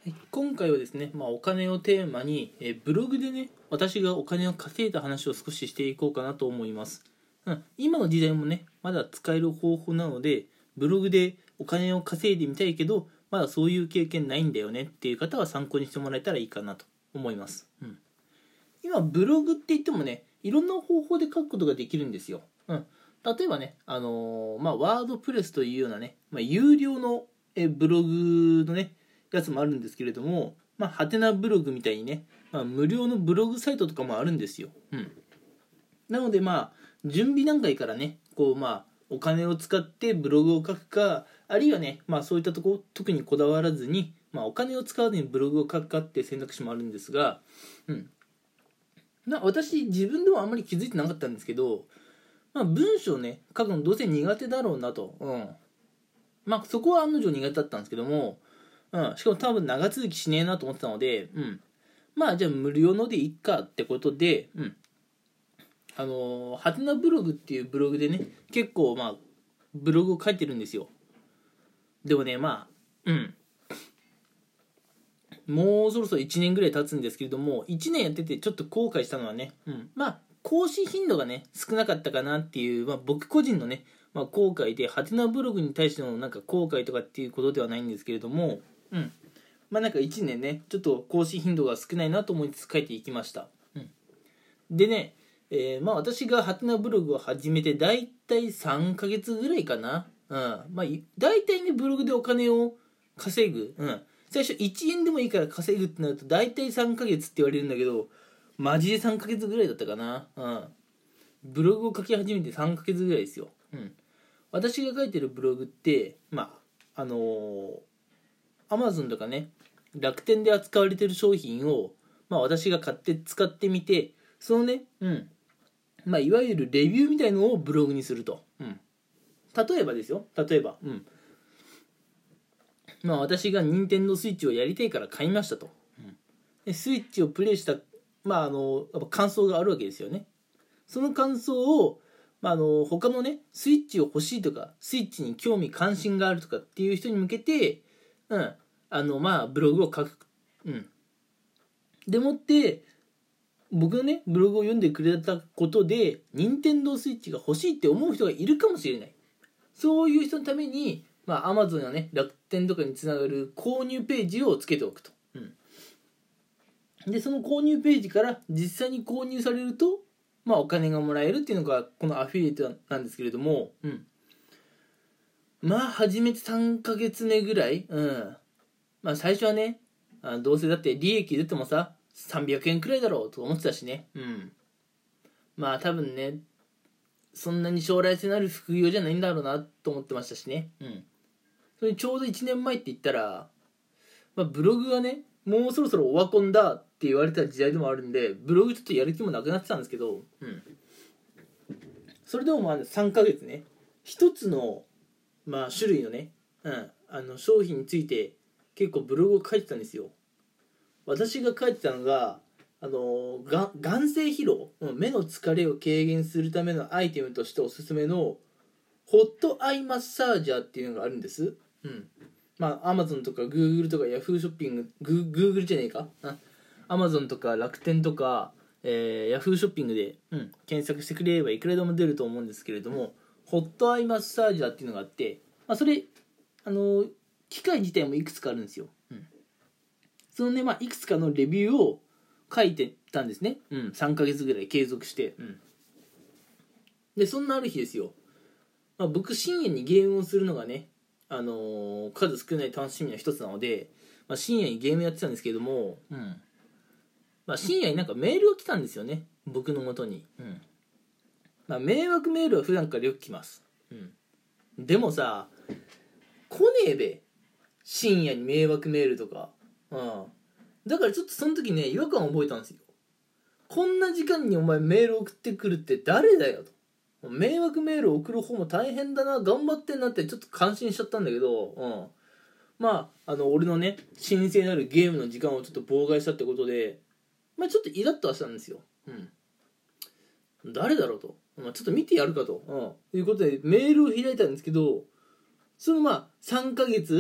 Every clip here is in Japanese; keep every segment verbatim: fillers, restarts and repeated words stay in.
はい、今回はですね、まあ、お金をテーマに、えーブログでね、私がお金を稼いだ話を少ししていこうかなと思います。うん、今の時代もね、まだ使える方法なので、ブログでお金を稼いでみたいけど、まだそういう経験ないんだよねっていう方は参考にしてもらえたらいいかなと思います。うん、今、ブログって言ってもね、いろんな方法で書くことができるんですよ。うん、例えばね、あのーまあ、ワードプレスというようなね、まあ、有料のえブログのね、やつもあるんですけれども、まあ、ハテナブログみたいにね、まあ、無料のブログサイトとかもあるんですよ。うん。なので、まあ、準備段階からね、こう、まあ、お金を使ってブログを書くか、あるいはね、まあ、そういったところ、特にこだわらずに、まあ、お金を使わずにブログを書くかって選択肢もあるんですが、うん。な私、自分でもあんまり気づいてなかったんですけど、まあ、文章ね、書くのどうせ苦手だろうなと。うん。まあ、そこは案の定苦手だったんですけども、うん、しかも多分長続きしねえなと思ってたので、うん、まあじゃあ無料のでいっかってことで、うん、あのー、ハテナブログっていうブログでね、結構まあブログを書いてるんですよ。でもね、まあ、うん、もうそろそろいちねんぐらい経つんですけれども、いちねんやっててちょっと後悔したのはね、うん、まあ更新頻度がね少なかったかなっていう、まあ、僕個人のね、まあ、後悔で、ハテナブログに対してのなんか後悔とかっていうことではないんですけれども、うん、まあなんかいちねんね、ちょっと更新頻度が少ないなと思いつつ書いていきました。うん、でね、えー、まあ私がハテナブログを始めてだいたいさんかげつぐらいかな。うん。まあだいたいね、ブログでお金を稼ぐ。うん。最初いちえんでもいいから稼ぐってなるとだいたいさんかげつって言われるんだけど、マジでさんかげつぐらいだったかな。うん。ブログを書き始めてさんかげつぐらいですよ。うん。私が書いてるブログって、まあ、あのー、Amazon とかね、楽天で扱われてる商品を、まあ、私が買って使ってみて、そのね、うんまあ、いわゆるレビューみたいのをブログにすると、うん、例えばですよ、例えば、うんまあ、私が任天堂スイッチをやりたいから買いましたと、うん、でスイッチをプレイした、まあ、あのやっぱ感想があるわけですよね。その感想を、まあ、あの他のねスイッチを欲しいとかスイッチに興味関心があるとかっていう人に向けて、うんあのまあ、ブログを書く、うん、でもって僕のねブログを読んでくれたことで任天堂スイッチが欲しいって思う人がいるかもしれない。そういう人のために、まあ、Amazon やね楽天とかにつながる購入ページをつけておくと、うん、でその購入ページから実際に購入されると、まあ、お金がもらえるっていうのがこのアフィリエイトなんですけれども、うん、まあ始めてさんかげつめぐらい、うんまあ、最初はねあどうせだって利益出てもささんびゃくえんくらいだろうと思ってたしね、うん、まあ多分ねそんなに将来性のある副業じゃないんだろうなと思ってましたしね、うん、それにちょうどいちねんまえって言ったら、まあ、ブログがねもうそろそろオワコンだって言われた時代でもあるんでブログちょっとやる気もなくなってたんですけど、うん、それでもまあさんかげつね一つの、まあ、種類のね、うん、あの商品について結構ブログを書いてたんですよ。私が書いてたのがあのが眼性疲労、目の疲れを軽減するためのアイテムとしておすすめのホットアイマッサージャーっていうのがあるんです。うん。まあ Amazon とか Google とか Yahoo ショッピング、グ Google じゃねえか。Amazon とか楽天とか、えー、Yahoo ショッピングで、うん、検索してくれればいくらでも出ると思うんですけれども、ホットアイマッサージャーっていうのがあって、まあ、それあの機械自体もいくつかあるんですよ。うん。そのね、まあ、いくつかのレビューを書いてたんですね、うん、さんかげつぐらい継続して、うん、でそんなある日ですよ、まあ、僕深夜にゲームをするのがね、あのー、数少ない楽しみの一つなので、まあ、深夜にゲームやってたんですけれども、うんまあ、深夜になんかメールが来たんですよね僕の元に、うんまあ、迷惑メールは普段からよく来ます、うん、でもさ来ねえべ深夜に迷惑メールとか、うん、だからちょっとその時ね違和感を覚えたんですよ。こんな時間にお前メール送ってくるって誰だよと。迷惑メールを送る方も大変だな頑張ってんなってちょっと感心しちゃったんだけど、うん、まああの俺のね神聖なるゲームの時間をちょっと妨害したってことで、まあ、ちょっとイラッとはしたんですよ、うん、誰だろうと、まあ、ちょっと見てやるかと、うん、いうことでメールを開いたんですけど、そのまあさんかげつ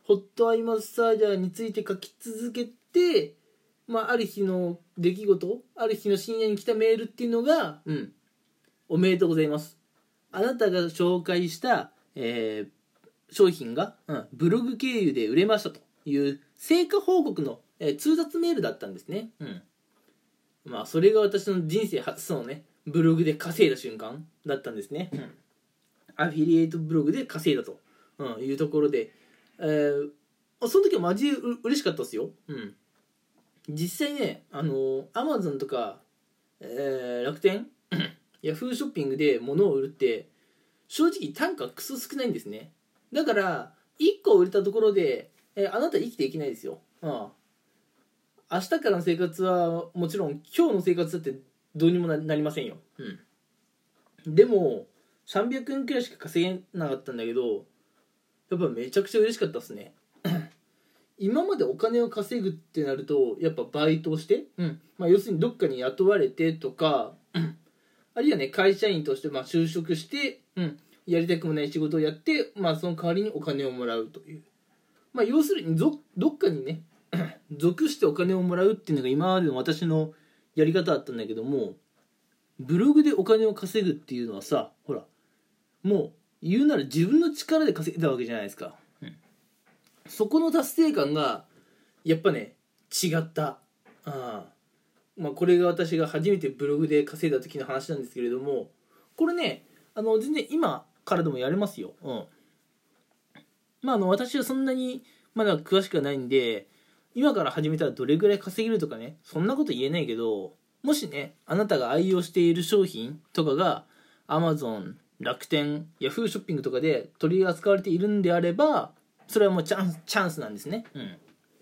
ホットアイマッサージャーについて書き続けて、まあ、ある日の出来事、ある日の深夜に来たメールっていうのが、うん、おめでとうございます。あなたが紹介した、えー、商品が、うん、ブログ経由で売れましたという成果報告の、えー、通達メールだったんですね。うん。まあ、それが私の人生初のね、ブログで稼いだ瞬間だったんですね。うん、アフィリエイトブログで稼いだと、うん、いうところで、えー、その時はマジでう嬉しかったですよ。うん。実際ね、あのアマゾンとか、えー、楽天ヤフーショッピングで物を売るって正直単価クソ少ないんですね。だからいっこ売れたところで、えー、あなた生きていけないですよ。ああ、明日からの生活はもちろん今日の生活だってどうにもなりませんよ。うん。でもさんびゃくえんくらいしか稼げなかったんだけど、やっぱめちゃくちゃ嬉しかったですね。今までお金を稼ぐってなるとやっぱバイトをして、うんまあ、要するにどっかに雇われてとかあるいはね会社員としてまあ就職して、うん、やりたくもない仕事をやって、まあ、その代わりにお金をもらうという、まあ、要するにどどっかにね属してお金をもらうっていうのが今までの私のやり方だったんだけども、ブログでお金を稼ぐっていうのはさ、ほらもう言うなら自分の力で稼いだわけじゃないですか。そこの達成感がやっぱね違った。あまあこれが私が初めてブログで稼いだ時の話なんですけれども、これねあの全然今からでもやれますよ。うん、まああの私はそんなにまだ詳しくはないんで今から始めたらどれぐらい稼げるとかねそんなこと言えないけど、もしねあなたが愛用している商品とかが Amazon、楽天、Yahoo ショッピングとかで取り扱われているんであれば、それはもうチャンス、チャンスなんですね。うん。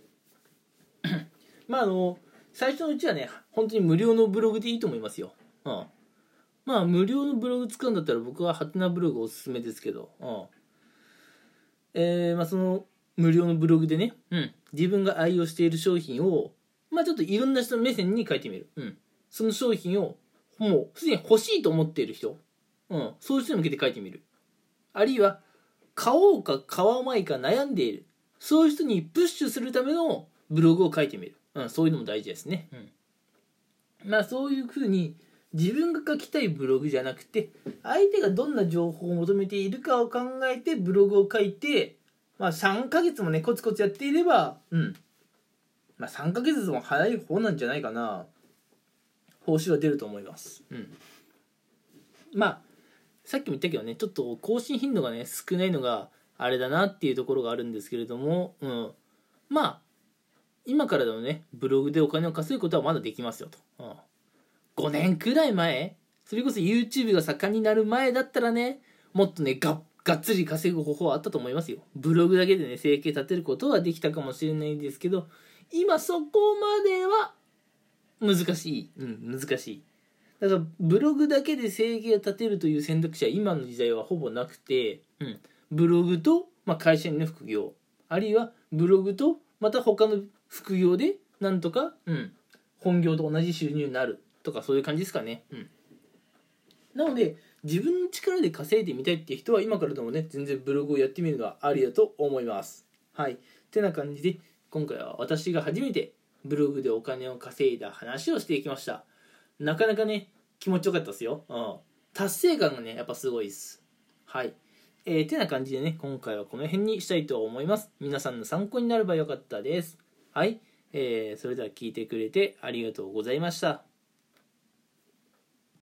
まああの最初のうちはね本当に無料のブログでいいと思いますよ。うん。まあ無料のブログ使うんだったら僕はハテナブログおすすめですけど、うん。えー、まあその無料のブログでね、うん、自分が愛用している商品をまあちょっといろんな人の目線に書いてみる。うん。その商品をもうすでに欲しいと思っている人、うん、そういう人に向けて書いてみる。あるいは買おうか買わないか悩んでいる、そういう人にプッシュするためのブログを書いてみる、うん、そういうのも大事ですね。うん、まあそういうふうに自分が書きたいブログじゃなくて相手がどんな情報を求めているかを考えてブログを書いて、まあ、さんかげつもねコツコツやっていれば、うんまあ、さんかげつも早い方なんじゃないかな、報酬は出ると思います。うん、まあさっきも言ったけどねちょっと更新頻度がね少ないのがあれだなっていうところがあるんですけれども、うん、まあ今からでもねブログでお金を稼ぐことはまだできますよと、うん、ごねんくらい前、それこそ YouTube が盛んになる前だったらねもっとねががっつり稼ぐ方法はあったと思いますよ。ブログだけでね生計立てることはできたかもしれないですけど、今そこまでは難しい、うん、難しい。だからブログだけで生計を立てるという選択肢は今の時代はほぼなくて、うん、ブログと、まあ、会社員の副業、あるいはブログとまた他の副業でなんとか、うん、本業と同じ収入になるとかそういう感じですかね。うん、なので自分の力で稼いでみたいっていう人は今からでもね全然ブログをやってみるのはありだと思います。はい。てな感じで今回は私が初めてブログでお金を稼いだ話をしていきました。なかなかね気持ちよかったですよ。うん、達成感がねやっぱすごいです。はい。えー、てな感じでね今回はこの辺にしたいと思います。皆さんの参考になればよかったです。はい。えー、それでは聞いてくれてありがとうございました。